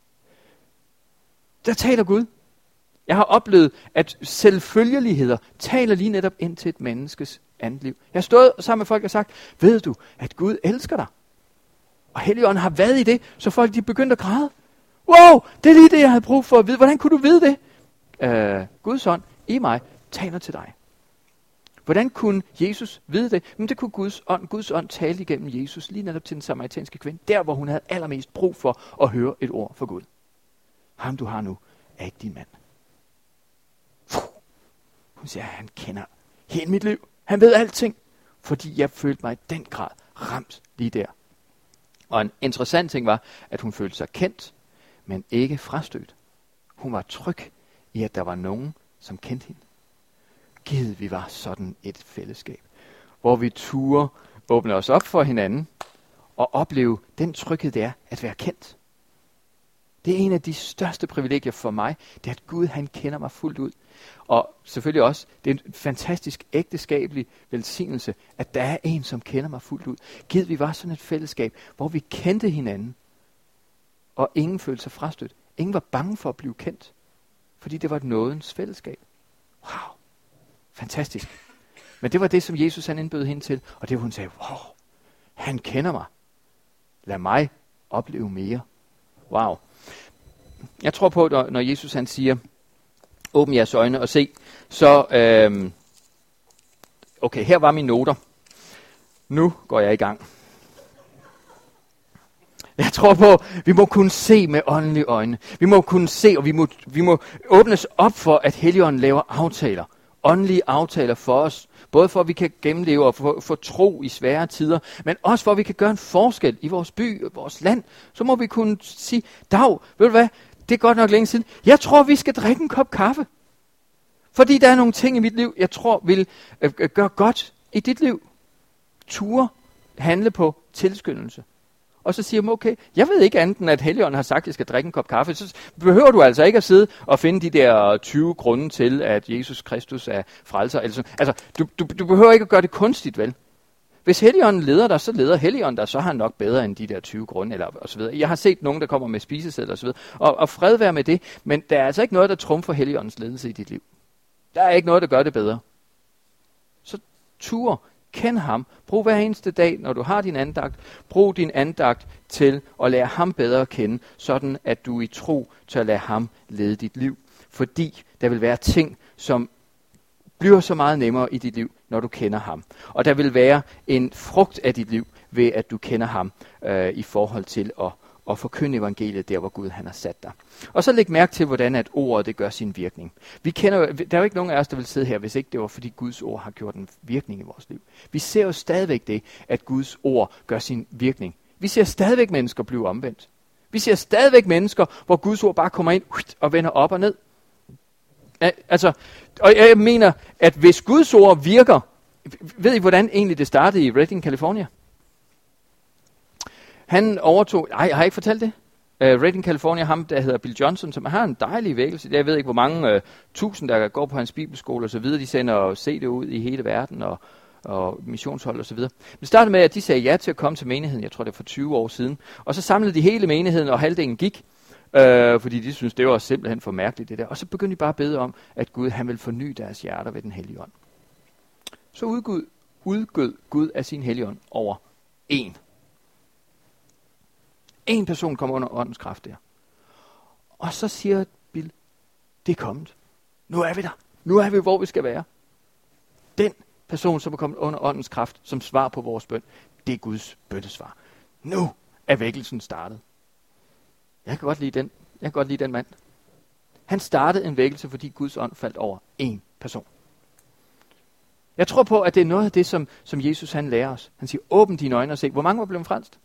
Der taler Gud. Jeg har oplevet, at selvfølgeligheder taler lige netop ind til et menneskes andet liv. Jeg har stået sammen med folk og sagt, ved du, at Gud elsker dig? Og Helligånden har været i det, så folk de begyndte at græde. Wow, det er lige det, jeg havde brug for at vide. Hvordan kunne du vide det? Uh, Guds ånd i mig taler til dig. Hvordan kunne Jesus vide det? Men det kunne Guds ånd, Guds ånd tale igennem Jesus, lige netop til den samaritanske kvinde, der hvor hun havde allermest brug for at høre et ord fra Gud. Ham du har nu, er ikke din mand. Fuh. Hun siger, han kender hele mit liv. Han ved alting, fordi jeg følte mig i den grad ramt lige der. Og en interessant ting var, at hun følte sig kendt, men ikke frastødt. Hun var tryg i, at der var nogen, som kendte hende. Gid vi var sådan et fællesskab, hvor vi turde åbne os op for hinanden og opleve den tryghed, det er at være kendt. Det er en af de største privilegier for mig, det er, at Gud han kender mig fuldt ud. Og selvfølgelig også, det er en fantastisk ægteskabelig velsignelse, at der er en, som kender mig fuldt ud. Gid vi var sådan et fællesskab, hvor vi kendte hinanden, og ingen følte sig frastødt. Ingen var bange for at blive kendt, fordi det var et nådens fællesskab. Wow, fantastisk. Men det var det, som Jesus han indbød hende til, og det var hun sagde, wow, han kender mig. Lad mig opleve mere. Wow. Jeg tror på, når, når Jesus han siger, åbn jeres øjne og se, så, øhm, okay, her var mine noter. Nu går jeg i gang. Jeg tror på, vi må kunne se med åndelige øjne. Vi må kunne se, og vi må, vi må åbnes op for, at Helligånden laver aftaler. Åndelige aftaler for os. Både for, at vi kan gennemleve og få, få tro i svære tider, men også for, at vi kan gøre en forskel i vores by og vores land. Så må vi kunne sige, Dag, ved du hvad, det er godt nok længe siden. Jeg tror, vi skal drikke en kop kaffe. Fordi der er nogle ting i mit liv, jeg tror vil øh, gøre godt i dit liv. Ture handle på tilskyndelse. Og så siger man, okay, jeg ved ikke andet end, at Helligånden har sagt, at jeg skal drikke en kop kaffe. Så behøver du altså ikke at sidde og finde de der tyve grunde til, at Jesus Kristus er frelser. Altså, altså du, du, du behøver ikke at gøre det kunstigt, vel? Hvis Helligånden leder dig, så leder Helligånden dig, så har han nok bedre end de der tyve grunde, eller og så videre. Jeg har set nogen, der kommer med spisesedler og så videre, og, og fred være med det, men der er altså ikke noget, der trumfer Helligåndens ledelse i dit liv. Der er ikke noget, der gør det bedre. Så tur, kend ham. Brug hver eneste dag, når du har din andagt. Brug din andagt til at lære ham bedre at kende, sådan at du i tro tør lade ham lede dit liv. Fordi der vil være ting, som bliver så meget nemmere i dit liv, når du kender ham. Og der vil være en frugt af dit liv, ved at du kender ham øh, i forhold til at, at forkynde evangeliet der, hvor Gud han har sat dig. Og så læg mærke til, hvordan at ordet det gør sin virkning. Vi kender, der er jo ikke nogen af os, der vil sidde her, hvis ikke det var, fordi Guds ord har gjort en virkning i vores liv. Vi ser jo stadigvæk det, at Guds ord gør sin virkning. Vi ser stadigvæk mennesker blive omvendt. Vi ser stadigvæk mennesker, hvor Guds ord bare kommer ind og vender op og ned. Altså, og jeg mener, at hvis Guds ord virker, ved I, hvordan egentlig det startede i Redding, California? Han overtog, nej, jeg har ikke fortalt det. Uh, Redding, California, ham der hedder Bill Johnson, som har en dejlig vækkelse. Jeg ved ikke, hvor mange uh, tusind, der går på hans bibelskole og så videre. De sender C D ud i hele verden og, og missionshold og så videre. Det startede med, at de sagde ja til at komme til menigheden, jeg tror det var for tyve år siden. Og så samlede de hele menigheden, og halvdelen gik. Øh, fordi de synes, det var simpelthen for mærkeligt det der. Og så begyndte de bare at bede om, at Gud han vil forny deres hjerter ved den hellige ånd. Så udgud, udgød Gud af sin hellige ånd over én. En person kommer under åndens kraft der. Og så siger Bill, det er kommet. Nu er vi der. Nu er vi, hvor vi skal være. Den person, som er kommet under åndens kraft, som svar på vores bøn, det er Guds bønnesvar. Nu er vækkelsen startet. Jeg kan godt lide den. Jeg kan godt lide den mand. Han startede en vækkelse, fordi Guds ånd faldt over én person. Jeg tror på, at det er noget af det, som, som Jesus han lærer os. Han siger, åbn dine øjne og se. Hvor mange var blevet frelst?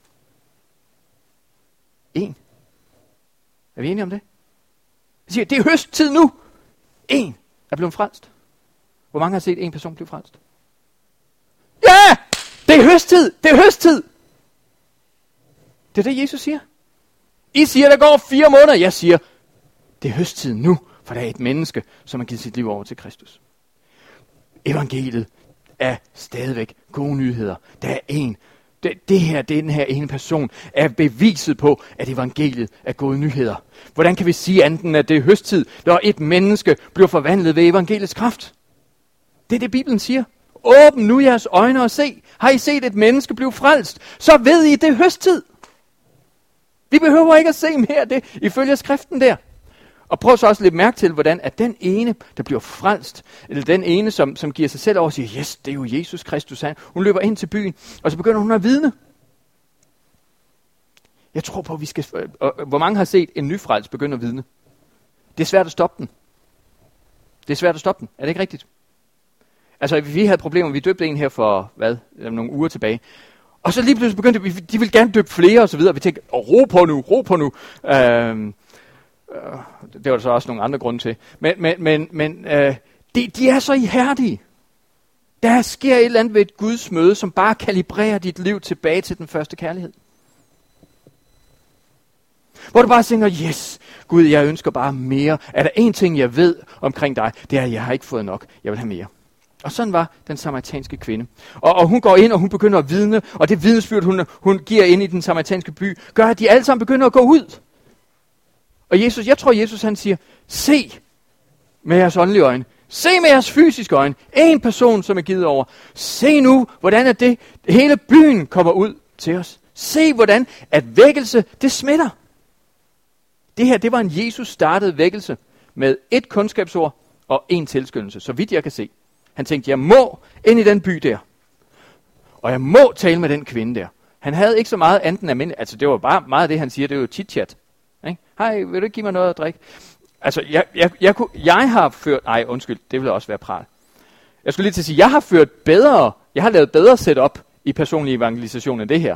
En. Er vi enige om det? Han siger, det er høsttid nu. En er blevet frelst. Hvor mange har set en person blive frelst? Ja! Det er høsttid! Det er høsttid! Det er det, Jesus siger. I siger, der går fire måneder. Jeg siger, det er høsttid nu, for der er et menneske, som har givet sit liv over til Kristus. Evangeliet er stadigvæk gode nyheder. Der er en. Det, det her, det er den her ene person, er beviset på, at evangeliet er gode nyheder. Hvordan kan vi sige anden, at det er høsttid, når et menneske bliver forvandlet ved evangeliets kraft? Det er det, Bibelen siger. Åbn nu jeres øjne og se. Har I set et menneske blive frelst? Så ved I, det er høsttid. Vi behøver ikke at se mere af det, ifølge skriften der. Og prøv så også lidt mærke til, hvordan at den ene, der bliver frelst, eller den ene, som, som giver sig selv over og siger, yes, det er jo Jesus Kristus, han. Hun løber ind til byen, og så begynder hun at vidne. Jeg tror på, at vi skal... Og, hvor mange har set en nyfrelst begynde at vidne? Det er svært at stoppe den. Det er svært at stoppe den. Er det ikke rigtigt? Altså, vi havde problemer. Vi døbte en her for, hvad, nogle uger tilbage. Og så lige pludselig begyndte vi, de ville gerne døbe flere og så videre. Vi tænkte, oh, ro på nu, ro på nu. Øhm, øh, det var der så også nogle andre grunde til. Men, men, men, men øh, de, de er så ihærdige. Der sker et eller andet ved et Guds møde, som bare kalibrerer dit liv tilbage til den første kærlighed. Hvor du bare tænker, yes, Gud, jeg ønsker bare mere. Er der en ting, jeg ved omkring dig, det er, at jeg har ikke fået nok. Jeg vil have mere. Og sådan var den samaritanske kvinde. Og, og hun går ind, og hun begynder at vidne, og det vidnesbyrd, hun, hun giver ind i den samaritanske by, gør, at de alle sammen begynder at gå ud. Og Jesus, jeg tror, Jesus han siger, se med jeres åndelige øjne. Se med jeres fysiske øjne. En person, som er givet over. Se nu, hvordan er det, hele byen kommer ud til os. Se, hvordan at vækkelse, det smitter. Det her, det var en Jesus startet vækkelse med et kundskabsord og en tilskyndelse, så vidt jeg kan se. Han tænkte, jeg må ind i den by der. Og jeg må tale med den kvinde der. Han havde ikke så meget andet end almindeligt. Altså det var bare meget af det, han siger, det er jo chit-chat. Hej, vil du ikke give mig noget at drikke? Altså jeg, jeg, jeg, kunne, jeg har ført... Nej, undskyld, det ville også være pral. Jeg skulle lige til at sige, jeg har ført bedre... Jeg har lavet bedre setup i personlig evangelisation end det her.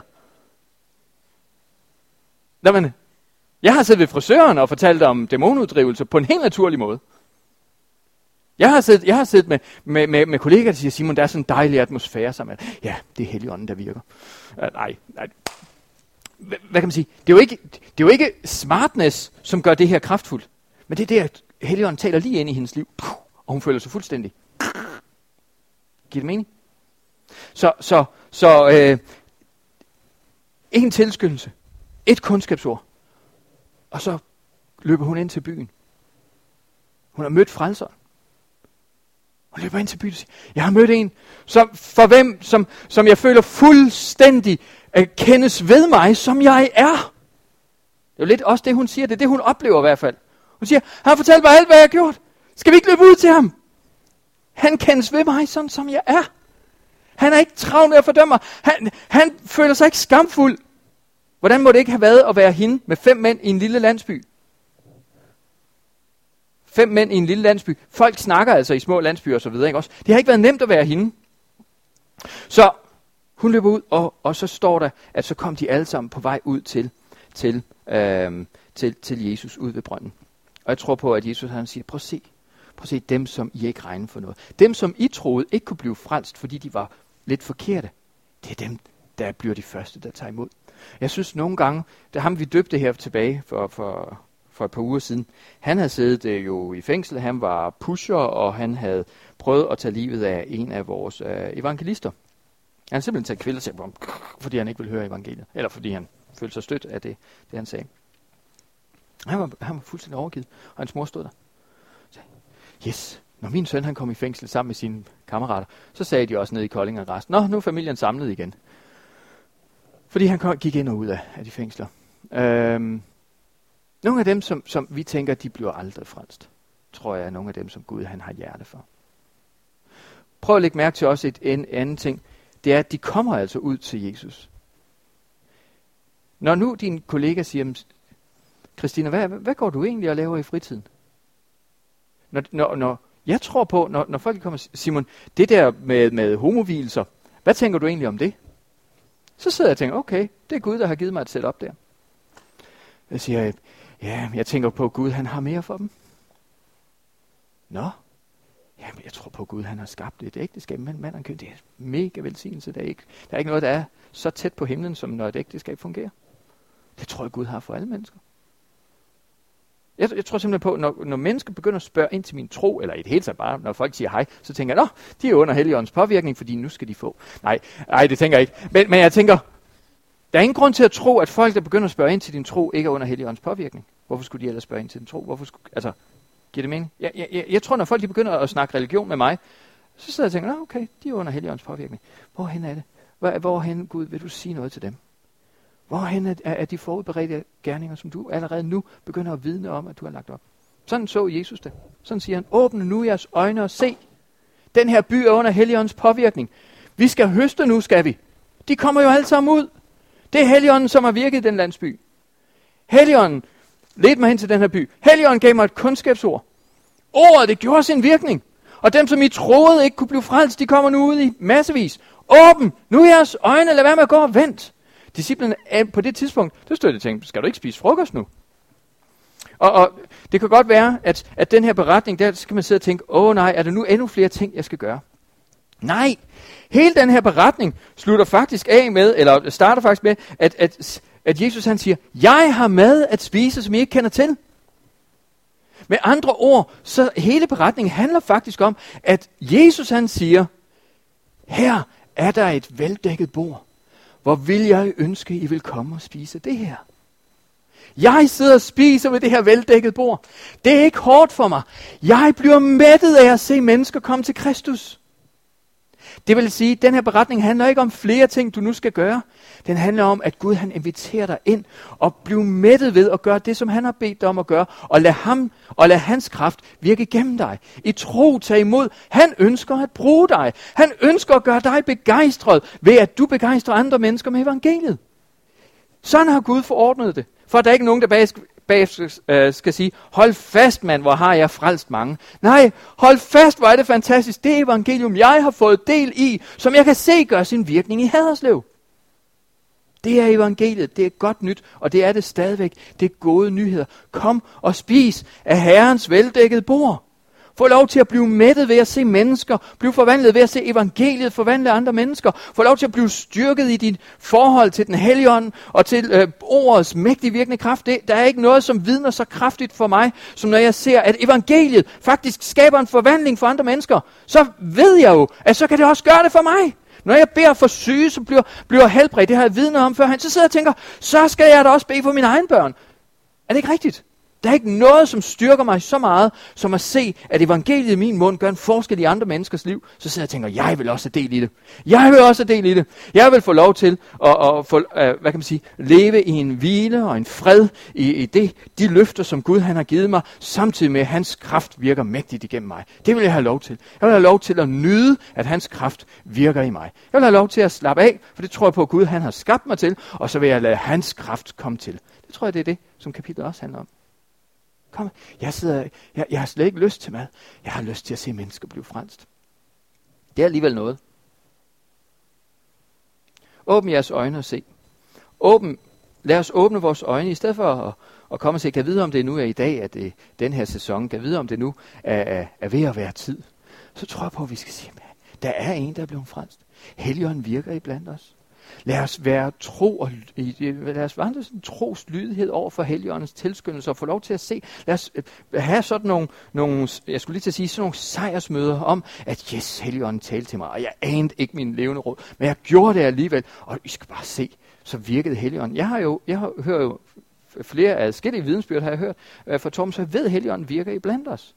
Nå, men, jeg har siddet ved frisøren og fortalt om dæmonuddrivelse på en helt naturlig måde. Jeg har siddet, jeg har siddet med, med, med, med kollegaer, der siger, Simon, der er sådan en dejlig atmosfære sammen. Ja, det er Helligånden, der virker. Uh, nej, nej. H- hvad kan man sige? Det er, jo ikke, det er jo ikke smartness, som gør det her kraftfuldt. Men det er det, at Helligånden taler lige ind i hendes liv. Og hun føler sig fuldstændig. Giver det mening? Så, så, så øh, en tilskyndelse. Et kundskabsord. Og så løber hun ind til byen. Hun har mødt frelseren. Hun løber ind til byen og siger, jeg har mødt en, som, for hvem, som, som jeg føler fuldstændig uh, kendes ved mig, som jeg er. Det er jo lidt også det, hun siger. Det er det, hun oplever i hvert fald. Hun siger, han har fortalt mig alt, hvad jeg har gjort. Skal vi ikke løbe ud til ham? Han kendes ved mig, sådan som jeg er. Han er ikke travlt med at fordømme mig. Han, han føler sig ikke skamfuld. Hvordan må det ikke have været at være hende med fem mænd i en lille landsby? Fem mænd i en lille landsby. Folk snakker altså i små landsbyer og så videre, ikke også? Det har ikke været nemt at være hende. Så hun løber ud, og, og så står der, at så kom de alle sammen på vej ud til, til, øh, til, til Jesus ud ved brønden. Og jeg tror på, at Jesus han siger, prøv at se, prøv at se dem, som I ikke regner for noget. Dem, som I troede ikke kunne blive frelst, fordi de var lidt forkerte. Det er dem, der bliver de første, der tager imod. Jeg synes nogle gange, da ham vi døbte her tilbage for, for, for et par uger siden, han havde siddet øh, jo i fængsel, han var pusher, og han havde prøvet at tage livet af en af vores øh, evangelister. Han havde simpelthen taget kvæl og sagt, fordi han ikke ville høre evangeliet, eller fordi han følte sig stødt af det, det han sagde. Han var, han var fuldstændig overgivet, og hans mor stod der. Så, yes, når min søn han kom i fængsel sammen med sine kammerater, så sagde de også nede i Kolding og resten, nå, nu er familien samlet igen. Fordi han kom, gik ind og ud af, af de fængsler. Øhm, nogle af dem, som, som vi tænker, de bliver aldrig frelst, tror jeg er nogle af dem, som Gud han har hjerte for. Prøv at lægge mærke til også et en anden ting. Det er, at de kommer altså ud til Jesus. Når nu din kollega siger, Christina, hvad, hvad går du egentlig og laver i fritiden? Når, når, når jeg tror på, når, når folk kommer, Simon, det der med, med homovilser, hvad tænker du egentlig om det? Så sidder jeg og tænker, okay, det er Gud, der har givet mig et setup der. Jeg siger, ja, jeg tænker på, at Gud han har mere for dem. Nå, jamen, jeg tror på, at Gud han har skabt et ægteskab mellem mand og kvinde. Det er mega velsignelse. Der er, ikke, der er ikke noget, der er så tæt på himlen, som når et ægteskab fungerer. Det tror jeg, Gud har for alle mennesker. Jeg, jeg tror simpelthen på, når, når mennesker begynder at spørge ind til min tro, eller i det hele taget bare, når folk siger hej, så tænker jeg, nå, de er under Helligåndens påvirkning, fordi nu skal de få. Nej, nej, det tænker jeg ikke. Men, men jeg tænker, der er ingen grund til at tro, at folk, der begynder at spørge ind til din tro, ikke er under Helligåndens påvirkning. Hvorfor skulle de ellers spørge ind til din tro? Hvorfor skulle, altså, giver det mening? Jeg, jeg, jeg, jeg tror, når folk de begynder at snakke religion med mig, så sidder jeg og tænker, nå, okay, de er under Helligåndens påvirkning. Hvorhen er det? Hvor, hvorhen, Gud, vil du sige noget til dem? Hvorhen er, er de forudberedte gerninger, som du allerede nu begynder at vidne om, at du har lagt op? Sådan så Jesus det. Sådan siger han, åbne nu jeres øjne og se. Den her by er under Helligåndens påvirkning. Vi skal høste nu, skal vi. De kommer jo alle sammen ud. Det er Helligånden, som har virket i den landsby. Helligånden ledte mig hen til den her by. Helligånden gav mig et kundskabsord. Ordet, det gjorde sin virkning. Og dem, som I troede ikke kunne blive frelst, de kommer nu ud i massevis. Åben nu jeres øjne, lad være med at gå og vent. Disciplene på det tidspunkt, der stod jeg og tænkte, skal du ikke spise frokost nu? Og, og det kan godt være, at, at den her beretning, der skal man sidde og tænke, åh nej, er der nu endnu flere ting, jeg skal gøre? Nej, hele den her beretning slutter faktisk af med, eller starter faktisk med, at, at, at Jesus han siger, jeg har mad at spise, som I ikke kender til. Med andre ord, så hele beretningen handler faktisk om, at Jesus han siger, her er der et veldækket bord. Hvor vil jeg ønske, I vil komme og spise det her? Jeg sidder og spiser ved det her veldækkede bord. Det er ikke hårdt for mig. Jeg bliver mættet af at se mennesker komme til Kristus. Det vil sige, at den her beretning handler ikke om flere ting, du nu skal gøre. Den handler om, at Gud han inviterer dig ind og bliver mættet ved at gøre det, som han har bedt dig om at gøre. Og lad ham og lad hans kraft virke gennem dig. I tro tag imod. Han ønsker at bruge dig. Han ønsker at gøre dig begejstret ved, at du begejstrer andre mennesker med evangeliet. Sådan har Gud forordnet det. For der er ikke nogen, der bag bagefter øh, skal sige, hold fast mand, hvor har jeg frelst mange. Nej, hold fast, hvor er det fantastisk. Det evangelium, jeg har fået del i, som jeg kan se gør sin virkning i Haderslev. Det er evangeliet, det er godt nyt, og det er det stadigvæk. Det er gode nyheder. Kom og spis af Herrens veldækkede bord. Få lov til at blive mættet ved at se mennesker, blive forvandlet ved at se evangeliet forvandle andre mennesker. Få lov til at blive styrket i dit forhold til den hellige ånd og til øh, ordets mægtige virkende kraft. Det, der er ikke noget, som vidner så kraftigt for mig, som når jeg ser, at evangeliet faktisk skaber en forvandling for andre mennesker. Så ved jeg jo, at så kan det også gøre det for mig. Når jeg beder for syge, så bliver, bliver helbredt. Det har jeg vidner om førhen. Så sidder jeg og tænker, så skal jeg da også bede for mine egne børn. Er det ikke rigtigt? Der er ikke noget, som styrker mig så meget, som at se, at evangeliet i min mund gør en forskel i andre menneskers liv. Så sidder jeg og tænker, jeg vil også have del i det. Jeg vil også have del i det. Jeg vil få lov til at, at få, uh, hvad kan man sige, leve i en hvile og en fred i, i det, de løfter, som Gud han har givet mig, samtidig med, at hans kraft virker mægtigt igennem mig. Det vil jeg have lov til. Jeg vil have lov til at nyde, at hans kraft virker i mig. Jeg vil have lov til at slappe af, for det tror jeg på, at Gud han har skabt mig til, og så vil jeg lade hans kraft komme til. Det tror jeg, det er det, som kapitlet også handler om. Kom, jeg, sidder, jeg, jeg har slet ikke lyst til mad. Jeg har lyst til at se mennesker blive frelst. Det er alligevel noget. Åbn jeres øjne og se. Åbn, lad os åbne vores øjne, i stedet for at, at komme og se, kan vide om det nu er i dag, at det den her sæson, kan vide om det nu er, er, er ved at være tid. Så tror jeg på, at vi skal sige, at der er en, der er blevet frelst. Helligånden virker iblandt os. Lad os være tro og lad os vandre sådan tros lydighed over for Helligåndens tilskyndelse og få lov til at se. Lad os have sådan nogle, nogle jeg skulle lige til at sige, sådan nogle sejrsmøder om, at yes, Helligånden talte til mig, og jeg anede ikke min levende råd, men jeg gjorde det alligevel, og I skal bare se, så virkede Helligånden. Jeg har jo, jeg har, hører jo flere adskillige vidensbyrd, har jeg hørt øh, fra Torben, så jeg ved, at Helligånden virker i blandt os.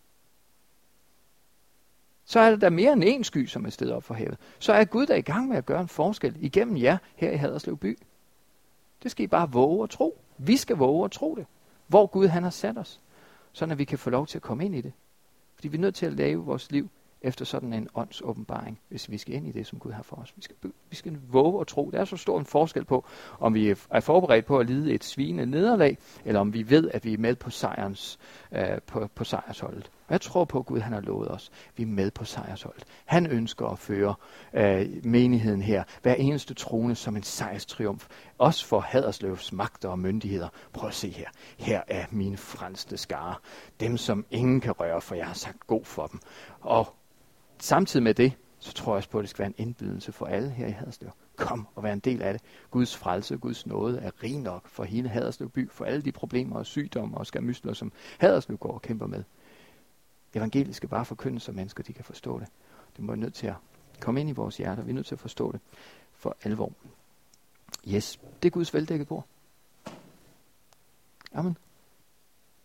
Så er der mere end en sky, som er steget op for havet. Så er Gud der i gang med at gøre en forskel igennem jer her i Haderslev by. Det skal I bare våge at tro. Vi skal våge at tro det. Hvor Gud han har sat os. Sådan at vi kan få lov til at komme ind i det. Fordi vi er nødt til at lave vores liv efter sådan en åndsåbenbaring, hvis vi skal ind i det, som Gud har for os. Vi skal, vi skal våge at tro. Der er så stor en forskel på, om vi er forberedt på at lide et svine nederlag, eller om vi ved, at vi er med på, sejrens, øh, på, på sejrsholdet. Og jeg tror på, at Gud han har lovet os. Vi er med på sejrsholdet. Han ønsker at føre øh, menigheden her, hver eneste trone som en sejrstriumf. Også for Haderslevs magter og myndigheder. Prøv at se her. Her er mine frelste skare. Dem, som ingen kan røre, for jeg har sagt god for dem. Og samtidig med det, så tror jeg også på, at det skal være en indbydelse for alle her i Haderslev. Kom og vær en del af det. Guds frelse, Guds nåde er rig nok for hele Haderslev by, for alle de problemer og sygdomme og skamysler, som Haderslev går og kæmper med. Evangeliet skal bare forkyndes, så mennesker de kan forstå det. Det må være nødt til at komme ind i vores hjerter. Vi er nødt til at forstå det for alvor. Yes, det er Guds veldækkede bord. Amen.